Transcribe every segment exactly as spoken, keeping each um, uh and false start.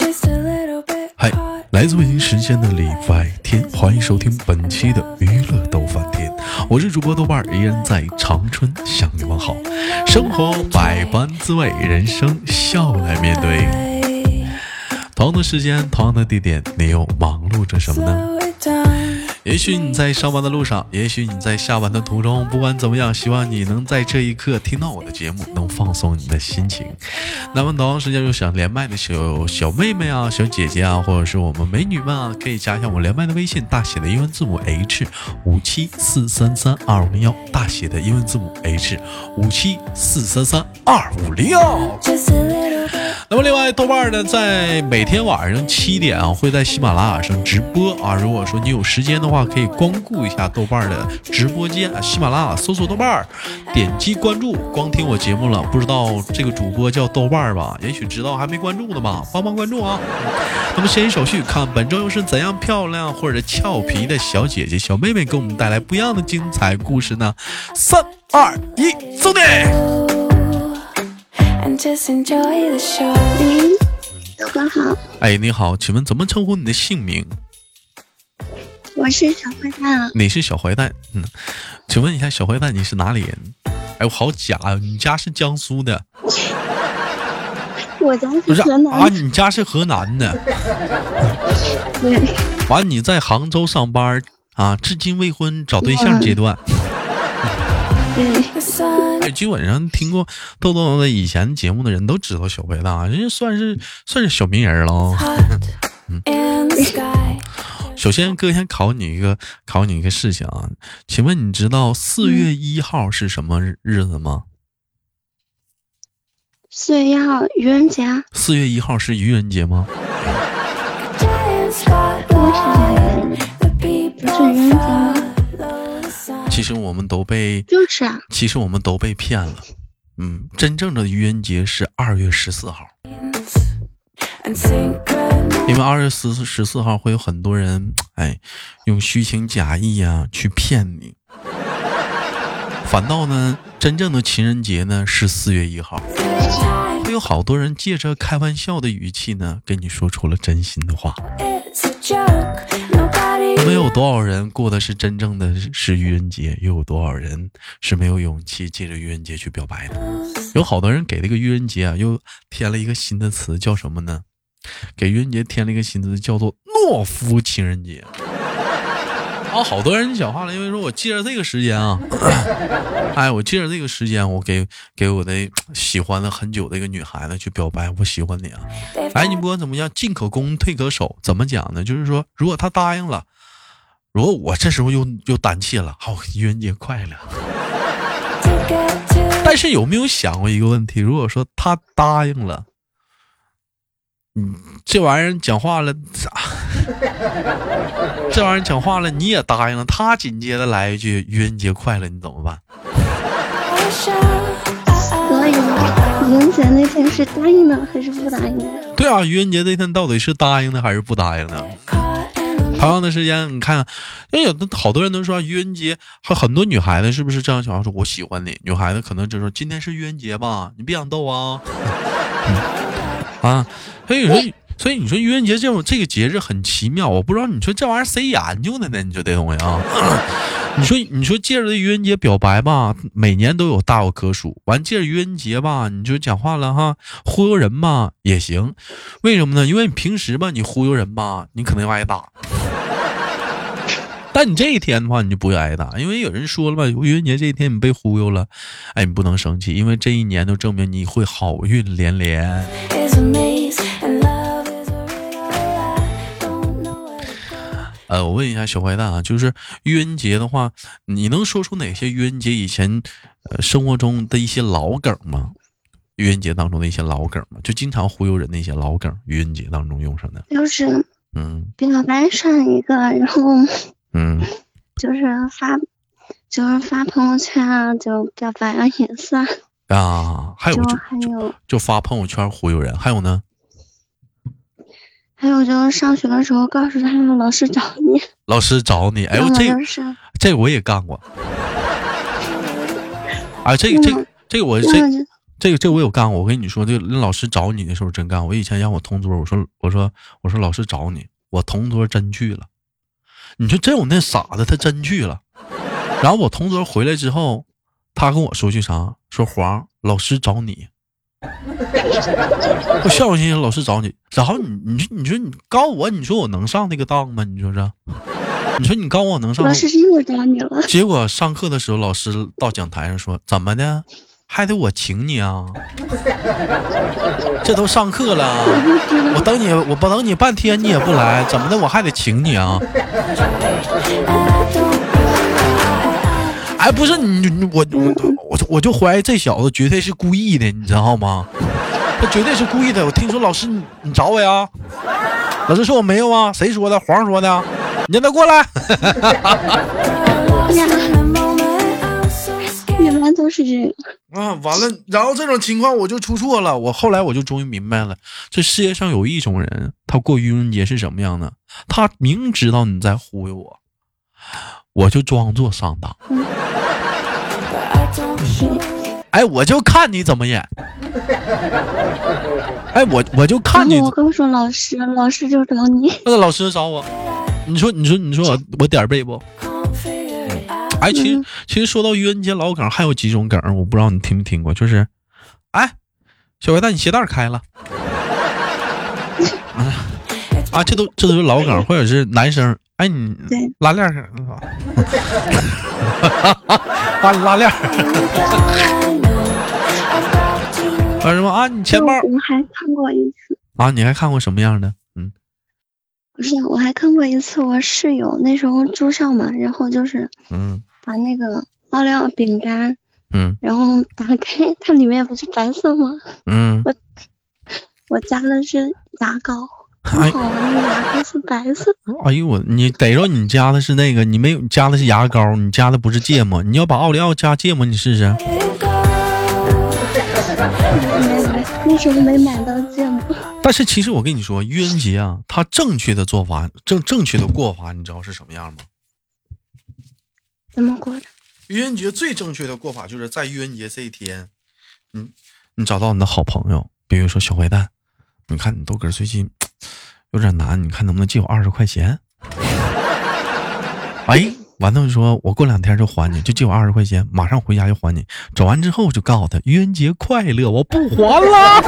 嗨，来自北京时间的礼拜天，欢迎收听本期的娱乐逗翻天，我是主播豆瓣，依然在长春向你问好。生活百般滋味，人生笑来面对。同样的时间，同样的地点，你又忙碌着什么呢？也许你在上班的路上，也许你在下班的途中，不管怎么样，希望你能在这一刻听到我的节目，能放松你的心情。那么同样时间就想连麦的小小妹妹啊、小姐姐啊，或者是我们美女们啊，可以加一下我连麦的微信，大写的英文字母 H 五七四三三二五零幺，大写的英文字母 H 五七四三三二五零幺。那么另外豆瓣呢，在每天晚上七点啊，会在喜马拉雅上直播啊。如果说你有时间的话，可以光顾一下豆瓣的直播间啊，喜马拉雅搜索豆瓣，点击关注。光听我节目了，不知道这个主播叫豆瓣吧？也许知道还没关注的吧，帮忙关注啊。那么闲言少叙，看本周又是怎样漂亮或者俏皮的小姐姐、小妹妹给我们带来不一样的精彩故事呢？三二一，走你！ 豆哥好。 哎，你好，请问怎么称呼你的姓名？ 我是小坏蛋啊。 你是小坏蛋，嗯，请问一下，小坏蛋你是哪里人？哎，我好假啊！你家是江苏的？ 我家是河南啊，你家是河南的？ 对。 完，你在杭州上班啊？至今未婚，找对象阶段。 对。 哎，基本上听过豆豆的以前节目的人都知道小坏蛋，人家算是算是小名人了。嗯。首先，哥先考你一个，考你一个事情啊，请问你知道四月一号是什么日子吗？ 四月一号愚人节。 四月一号是愚人节吗？ 不是愚人节吗？ 其实我们都被就是啊， 其实我们都被骗了。嗯，真正的愚人节是二月十四号。因为二月十四十四号会有很多人，哎，用虚情假意啊去骗你。反倒呢，真正的情人节呢是四月一号，会有好多人借着开玩笑的语气呢，跟你说出了真心的话。没有多少人过的是真正的是愚人节，又有多少人是没有勇气借着愚人节去表白的？有好多人给这个愚人节啊，又添了一个新的词，叫什么呢？给愚人节添了一个新词，叫做懦夫情人节。啊，好多人讲话了，因为说我借着这个时间啊，哎，我借着这个时间，我给给我的喜欢了很久的一个女孩子去表白，我喜欢你啊。哎，你不管怎么样，进可攻，退可守，怎么讲呢？就是说，如果他答应了，如果我这时候又又胆怯了，好，愚人节快乐。但是有没有想过一个问题？如果说他答应了，嗯，这玩意儿讲话了，这玩意儿讲话了，你也答应了，他紧接着来一句愚人节快乐，你怎么办？ 所以愚人节那天是答应的还是不答应的？ 对啊，愚人节那天到底是答应的还是不答应的？同样的时间，你看，因为有的好多人都说愚人节，还很多女孩子是不是这样想？说我喜欢你，女孩子可能就说今天是愚人节吧，你别想逗啊。嗯、啊，所以说，所以你说愚人节这种这个节日很奇妙，我不知道你说这玩意儿谁研究的呢？你说这东西啊，你说你说借着愚人节表白吧，每年都有大有可数。完借着愚人节吧，你就讲话了哈，忽悠人吧也行。为什么呢？因为你平时吧，你忽悠人吧，你可能要挨打。但你这一天的话，你就不会挨打，因为有人说了嘛，愚人节这一天你被忽悠了，哎，你不能生气，因为这一年都证明你会好运连连。呃，我问一下小坏蛋啊，就是愚人节的话，你能说出哪些愚人节以前呃生活中的一些老梗吗？愚人节当中的一些老梗吗？就经常忽悠人的一些老梗，愚人节当中用上的。 就是嗯， 表白上一个，然后嗯， 就是发，就是发朋友圈啊，就表白啊也算啊，还有就就还有就发朋友圈忽悠人，还有呢？ 还有就是上学的时候告诉他老师找你， 老师找你，哎呦，这这我也干过。啊，这个这个这个我这这个这个我有干过。我跟你说，这个老师找你的时候真干。我以前让我同桌，我说我说我说老师找你，我同桌真去了。你说真有那傻子，他真去了。然后我同桌回来之后，他跟我说句啥？说黄老师找你。我笑嘻嘻，老师找你。然后你你说你说你告我，你说我能上那个当吗？你说这？你说你告我能上？ 老师真的找你了。 结果上课的时候，老师到讲台上说：“怎么的？还得我请你啊？这都上课了，我等你，我不等你半天你也不来，怎么的？我还得请你啊？”哎，不是你，我我我我就怀疑这小子绝对是故意的，你知道吗？他绝对是故意的。我听说老师你你找我呀？老师说我没有啊，谁说的？黄说的。你让他过来。 一般都是这个。 啊，完了，然后这种情况我就出错了。我后来我就终于明白了，这世界上有一种人，他过愚人节是什么样的？他明知道你在忽悠我，我就装作上当。嗯、哎，我就看你怎么演。哎，我我就看你。 我刚说老师，老师就找你。 那老师找我。你说，你说，你说我我点背不？哎，其实其实说到愚人节老梗，还有几种梗，我不知道你听没听过，就是，哎，小坏蛋，你鞋带开了。啊，这都这都是老梗，或者是男生，哎，你拉链儿，啊，拉链儿。啊什么啊？你钱包？ 我还看过一次。 啊，你还看过什么样的？嗯。 不是，我还看过一次，我室友那时候住校嘛，然后就是嗯，把那个奥利奥饼干嗯，然后打开，它里面不是白色吗？嗯，我我加的是牙膏，然后那个牙膏是白色。 哎呦我，你逮着你加的是那个，你没有加的是牙膏，你加的不是芥末，你要把奥利奥加芥末，你试试。 那时候没买到芥末。 但是其实我跟你说，愚人节啊，它正确的做法，正正确的过法，你知道是什么样吗？ 怎么过的？ 愚人节最正确的过法就是在愚人节这一天，嗯，你找到你的好朋友，比如说小坏蛋，你看你豆哥最近有点难，你看能不能借我二十块钱？哎。完了就说我过两天就还你，就借我二十块钱，马上回家就还你。走完之后就告诉他愚人节快乐，我不还了。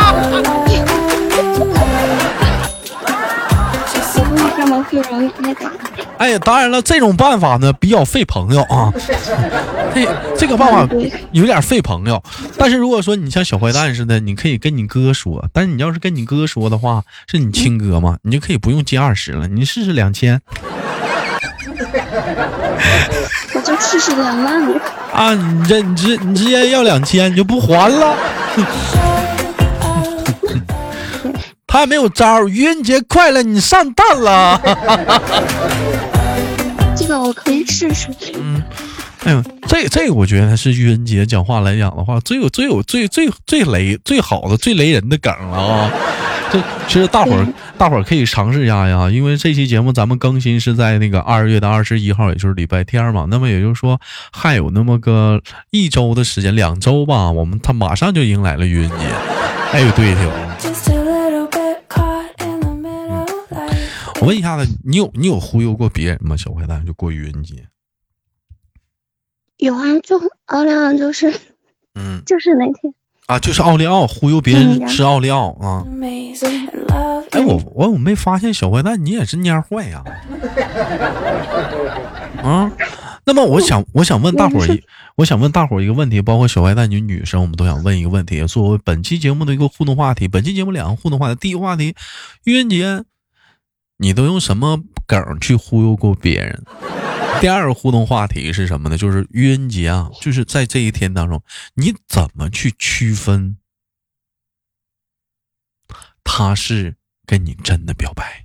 这么不容易那个。 哎呀，当然了，这种办法呢比较费朋友啊。这这个办法有点费朋友，但是如果说你像小坏蛋似的，你可以跟你哥说，但是你要是跟你哥说的话，是你亲哥嘛，你就可以不用借二十了，你试试两千。 我就试试两万了啊！你这你直你直接要两千，你就不还了？他还没有招，愚人节快乐，你上当了。 这个我可以试试。 嗯，哎呦，这这个我觉得是愚人节讲话来讲的话，最有最有最最最雷最好的最雷人的梗了啊！这其实大伙儿大伙儿可以尝试一下呀，因为这期节目咱们更新是在那个二月的二十一号，也就是礼拜天嘛。那么也就是说还有那么个一周的时间，两周吧，我们他马上就迎来了愚人节。哎呦，对头。嗯、我问一下子，你有你有忽悠过别人吗？小坏蛋就过愚人节。 有啊，就奥利奥就是嗯，就是那天。 啊，就是奥利奥忽悠别人吃奥利奥啊！哎，我我我没发现小坏蛋你也是蔫坏呀！啊，那么我想我想问大伙儿一我想问大伙儿一个问题，包括小坏蛋你女生，我们都想问一个问题，作为本期节目的一个互动话题。本期节目两个互动话题，第一个话题，愚人节你都用什么梗去忽悠过别人？第二个互动话题是什么呢？就是愚人节啊，就是在这一天当中，你怎么去区分他是跟你真的表白？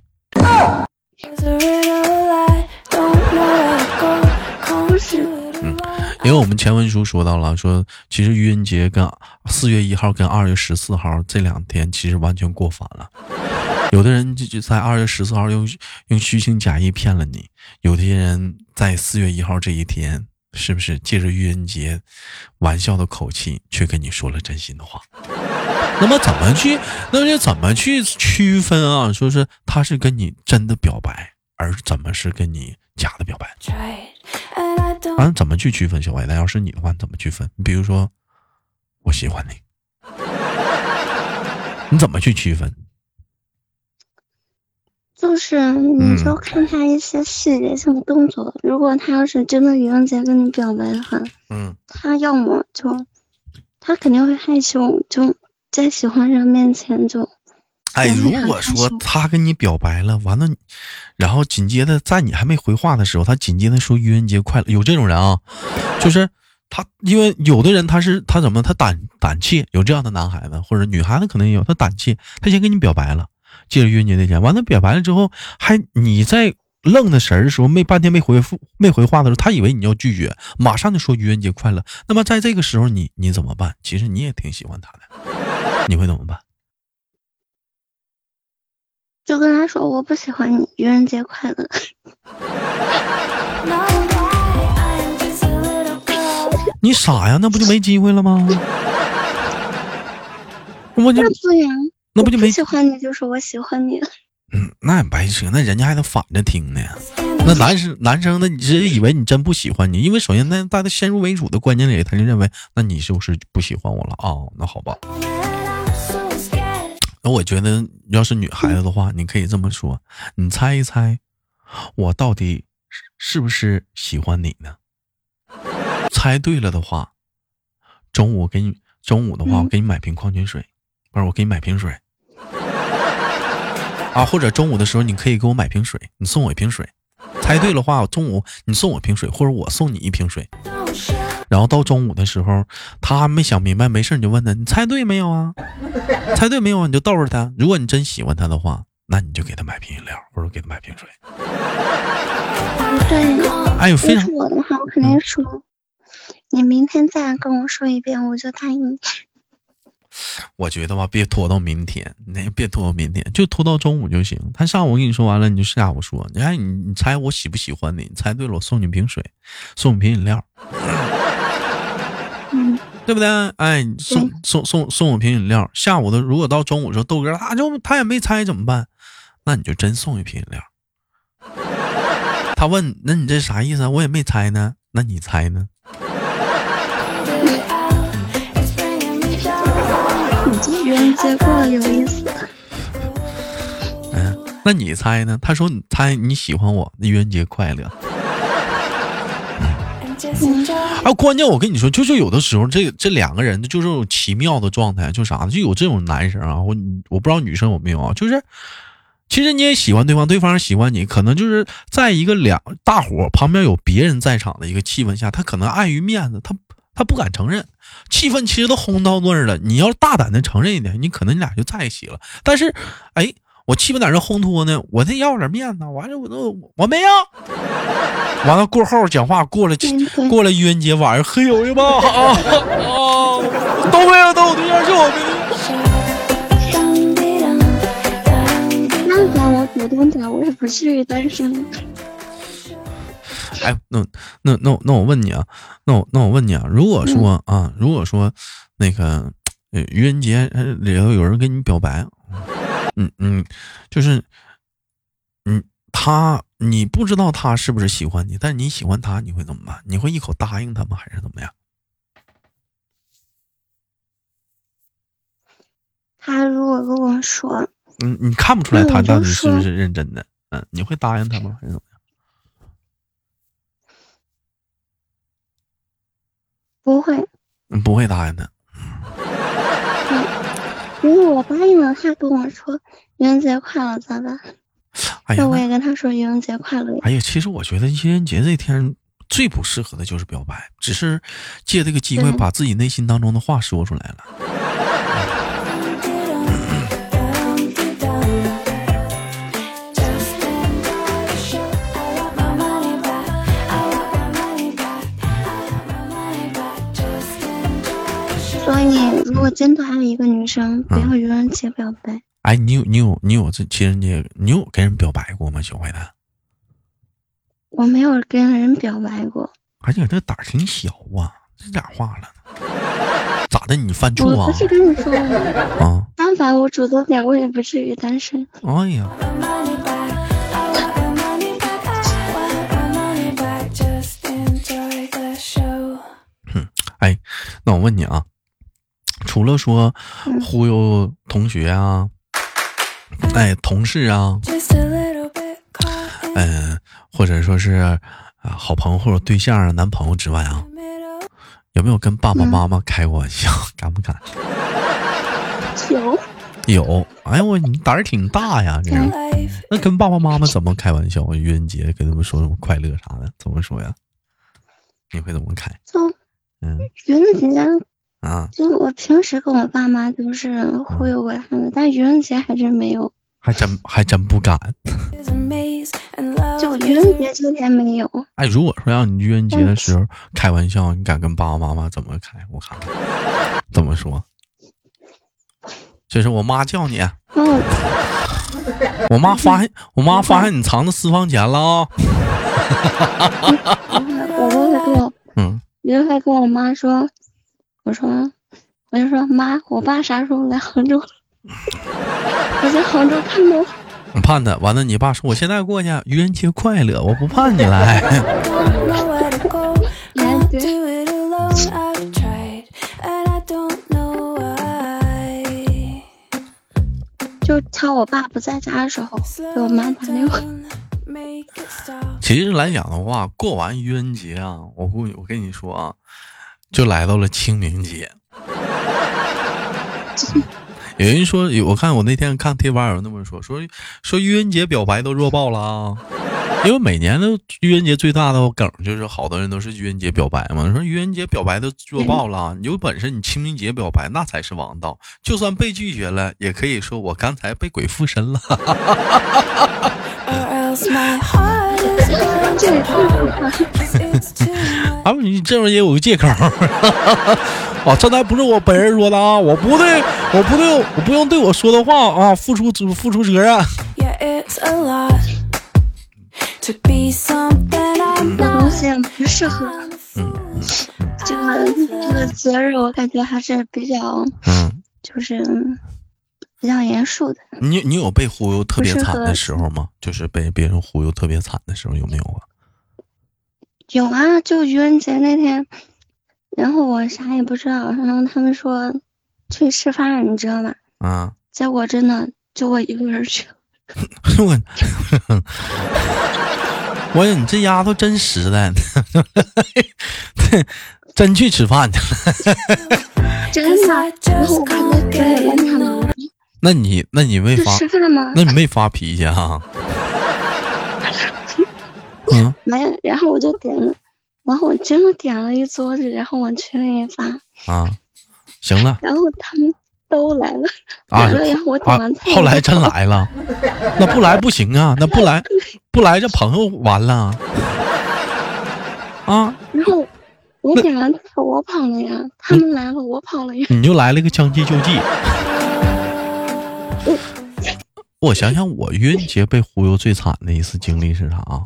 嗯，因为我们前文书说到了，说其实愚人节跟四月一号跟二月十四号这两天其实完全过反了。有的人就在二月十四号用用虚情假意骗了你，有的人在四月一号这一天是不是借着愚人节玩笑的口气却跟你说了真心的话？那么怎么去那么怎么去区分啊，说是他是跟你真的表白，而怎么是跟你假的表白？啊，怎么去区分？小坏蛋，要是你的话怎么区分？你比如说我喜欢你，你怎么去区分？ 就是你就看他一些细节性的动作，嗯、如果他要是真的愚人节跟你表白的话，嗯，他要么就他肯定会害羞，就在喜欢人面前就， 哎，如果说他跟你表白了，完了，然后紧接着在你还没回话的时候，他紧接着说愚人节快乐，有这种人啊，就是他，因为有的人他是他怎么他胆胆怯，有这样的男孩子或者女孩子可能也有，他胆怯，他先跟你表白了。借着愚人节那天，完了表白了之后，还你在愣的神的时候，没半天没回复没回话的时候，他以为你要拒绝，马上就说愚人节快乐。那么在这个时候，你你怎么办？其实你也挺喜欢他的，你会怎么办？ 就跟他说我不喜欢你，愚人节快乐。 你傻呀？那不就没机会了吗？我就那不呀。 那不就没喜欢你就说我喜欢你了。 嗯，那也白扯，那人家还能反着听呢。那男生男生的，你直接以为你真不喜欢你，因为首先在他的先入为主的观念里，他就认为那你就是不喜欢我了啊、哦。那好吧，那我觉得要是女孩子的话，你可以这么说，你猜一猜，我到底是不是喜欢你呢？猜对了的话，中午给你中午的话，我给你买瓶矿泉水。不是，我给你买瓶水啊，或者中午的时候你可以给我买瓶水，你送我一瓶水。猜对的话，我中午你送我瓶水，或者我送你一瓶水。然后到中午的时候，他还没想明白，没事你就问他，你猜对没有啊？猜对没有啊？你就逗着他。如果你真喜欢他的话，那你就给他买瓶饮料，或者给他买瓶水。 对， 哎呦，非常。 是我的话，我肯定说、嗯，你明天再跟我说一遍，我就答应你。 我觉得吧，别拖到明天，那别拖到明天，就拖到中午就行。他上午跟你说完了，你就下午说。你看，你你猜我喜不喜欢你？你猜对了，我送你瓶水，送你瓶饮料， 嗯， 对不对？哎，送送送送我瓶饮料。下午的如果到中午的时候，豆哥他就他也没猜怎么办？那你就真送一瓶饮料。他问，那你这啥意思啊？我也没猜呢，那你猜呢？ 愚人节过了有意思。 嗯，那你猜呢？他说你猜你喜欢我，愚人节快乐。嗯、啊，关键我跟你说，就是有的时候这这两个人就是有奇妙的状态，就啥呢？就有这种男生啊，我我不知道女生有没有啊，就是其实你也喜欢对方，对方喜欢你，可能就是在一个两大伙旁边有别人在场的一个气氛下，他可能碍于面子，他。他不敢承认，气氛其实都烘到那儿了。你要大胆的承认一点，你可能你俩就在一起了。但是，哎，我气氛在这烘托呢，我得要点面子。完了，我都我没要。完了过后讲话过了过了愚人节晚上，嘿呦呀妈啊啊，都没有都有对象，就我没有。那敢我主动讲，我也不至于单身。 哎，那那那那我问你啊，那我那我问你啊，如果说啊，如果说那个愚人节里头有人跟你表白，嗯嗯，就是嗯他你不知道他是不是喜欢你，但是你喜欢他，你会怎么办？你会一口答应他吗？还是怎么样？ 他如果跟我说， 嗯，你看不出来他到底是不是认真的，嗯，你会答应他吗？还是怎么样？ 不会， 不会答应的。 嗯，如果我答应了，他跟我说愚人节快乐咋办？ 哎呀， 那我也跟他说愚人节快乐。 哎呀，其实我觉得愚人节这天最不适合的就是表白，只是借这个机会把自己内心当中的话说出来了。 所以，如果真的爱一个女生，不要愚人节表白。嗯、 哎，你有你有你有这情人节，你有跟人表白过吗，小坏蛋？ 我没有跟人表白过。 还是这胆儿挺小啊，这讲话了。咋的？你犯怵啊？ 我不是跟你说了啊？但凡我主动点，我也不至于单身。 哎呀，哼，哎，那我问你啊，除了说忽悠同学啊，嗯、哎，同事啊，嗯、呃，或者说是啊好朋友或者对象啊、男朋友之外啊。有没有跟爸爸妈妈开过玩笑？嗯、敢不敢？ 有有。哎我你胆儿挺大呀！这那跟爸爸妈妈怎么开玩笑？愚人节跟他们说什么快乐啥的，怎么说呀？你会怎么开？ 就嗯， 愚人节啊， 就我平时跟我爸妈都是忽悠过他们，嗯、但愚人节还真没有。 还真还真不敢。 就愚人节这天没有。 哎，如果说让你愚人节的时候开玩笑，你敢跟爸爸妈妈怎么开？我看看怎么说。就是我妈叫你，嗯、我妈发现我妈发现你藏在私房钱了啊、 哦！我都会跟我嗯，我就会跟我妈说，我说我就说妈，我爸啥时候来杭州？我在杭州看到。 你盼他，完了你爸说我现在过去，愚人节快乐，我不盼你来。 就趁我爸不在家的时候给我妈打电话。 其实来讲的话，过完愚人节啊，我估计我跟你说啊，就来到了清明节。有人说，我看我那天看贴吧有人那么说，说说愚人节表白都弱爆了啊，因为每年的愚人节最大的梗就是好多人都是愚人节表白嘛，说愚人节表白都弱爆了，你有本事你清明节表白那才是王道，就算被拒绝了，也可以说我刚才被鬼附身了。啊，你这种也有个借口。啊，这才不是我本人说的啊！我不对，我不对，我不用对我说的话啊付出付出责任。 那东西不适合。嗯，这个这个节日我感觉还是比较，嗯，就是比较严肃的。 你你有被忽悠特别惨的时候吗？就是被别人忽悠特别惨的时候有没有啊？ 有啊，就愚人节那天。然后我啥也不知道，然后他们说去吃饭，你知道吗？啊！结果真的就我一个人去。 我，我你这丫头真实在，真去吃饭去了。 真的？然后我看到别人问他们。 那你那你没发？ 吃饭吗？ 那你没发脾气啊？ 嗯，没有。然后我就点了。然后我真的点了一桌子，然后往群里发啊，行了。 然后他们都来了啊，然后我点完菜、 啊，后来真来了，那不来不行啊，那不来不来这朋友完了啊。 然后我点完菜我跑了呀，他们来了我跑了呀， 你就来了个将计就计。我想想，我愚人节被忽悠最惨的一次经历是啥啊？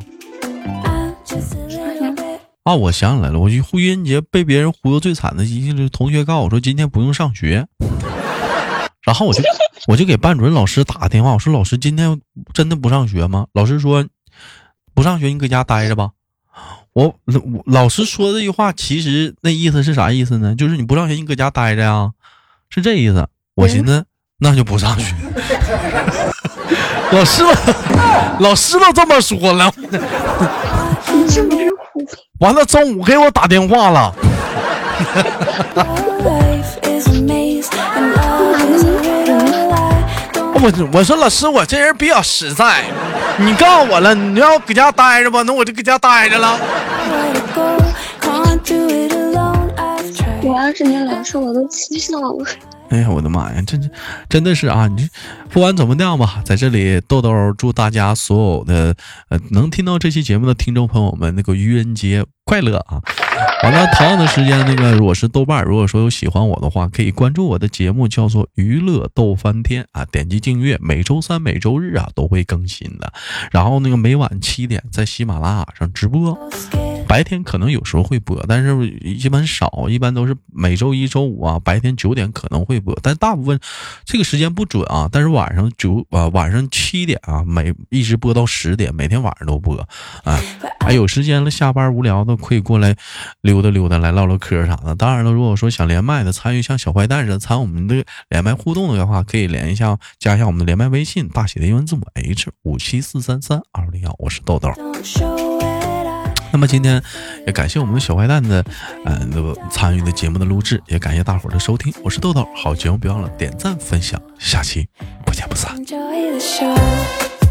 啊，我想起来了，我愚人节被别人忽悠最惨的一次，同学告诉我说今天不用上学，然后我就我就给班主任老师打个电话，我说老师今天真的不上学吗？老师说不上学你搁家待着吧。我老师说这句话其实那意思是啥意思呢？就是你不上学你搁家待着呀，是这意思。我寻思那就不上学。老师老师都这么说了。 你是不是完了中午给我打电话了。我我说老师我这人比较实在，你告诉我了你要搁家待着吧，那我就搁家待着了。 我要是你老师我都气笑了。 哎呀我的妈呀，真真的是啊！你不管怎么样吧，在这里豆豆祝大家所有的呃能听到这期节目的听众朋友们，那个愚人节快乐啊！完了，同样的时间，那个如果是豆瓣，如果说有喜欢我的话，可以关注我的节目，叫做娱乐逗翻天啊，点击订阅，每周三、每周日啊都会更新的。然后那个每晚七点在喜马拉雅上直播。 白天可能有时候会播，但是一般少，一般都是每周一周五啊，白天九点可能会播，但大部分这个时间不准啊。但是晚上九啊晚上七点啊，每一直播到十点，每天晚上都播啊。还有时间了，下班无聊的可以过来溜达溜达，来唠唠嗑啥的。当然了，如果说想连麦的，参与像小坏蛋似的参与我们的连麦互动的话，可以连一下，加一下我们的连麦微信，大写的英文字母 H 五七四三三二零幺，我是豆豆。那么今天也感谢我们的小坏蛋的呃参与的节目的录制，也感谢大伙的收听，我是豆豆。好节目别忘了点赞分享，下期不见不散。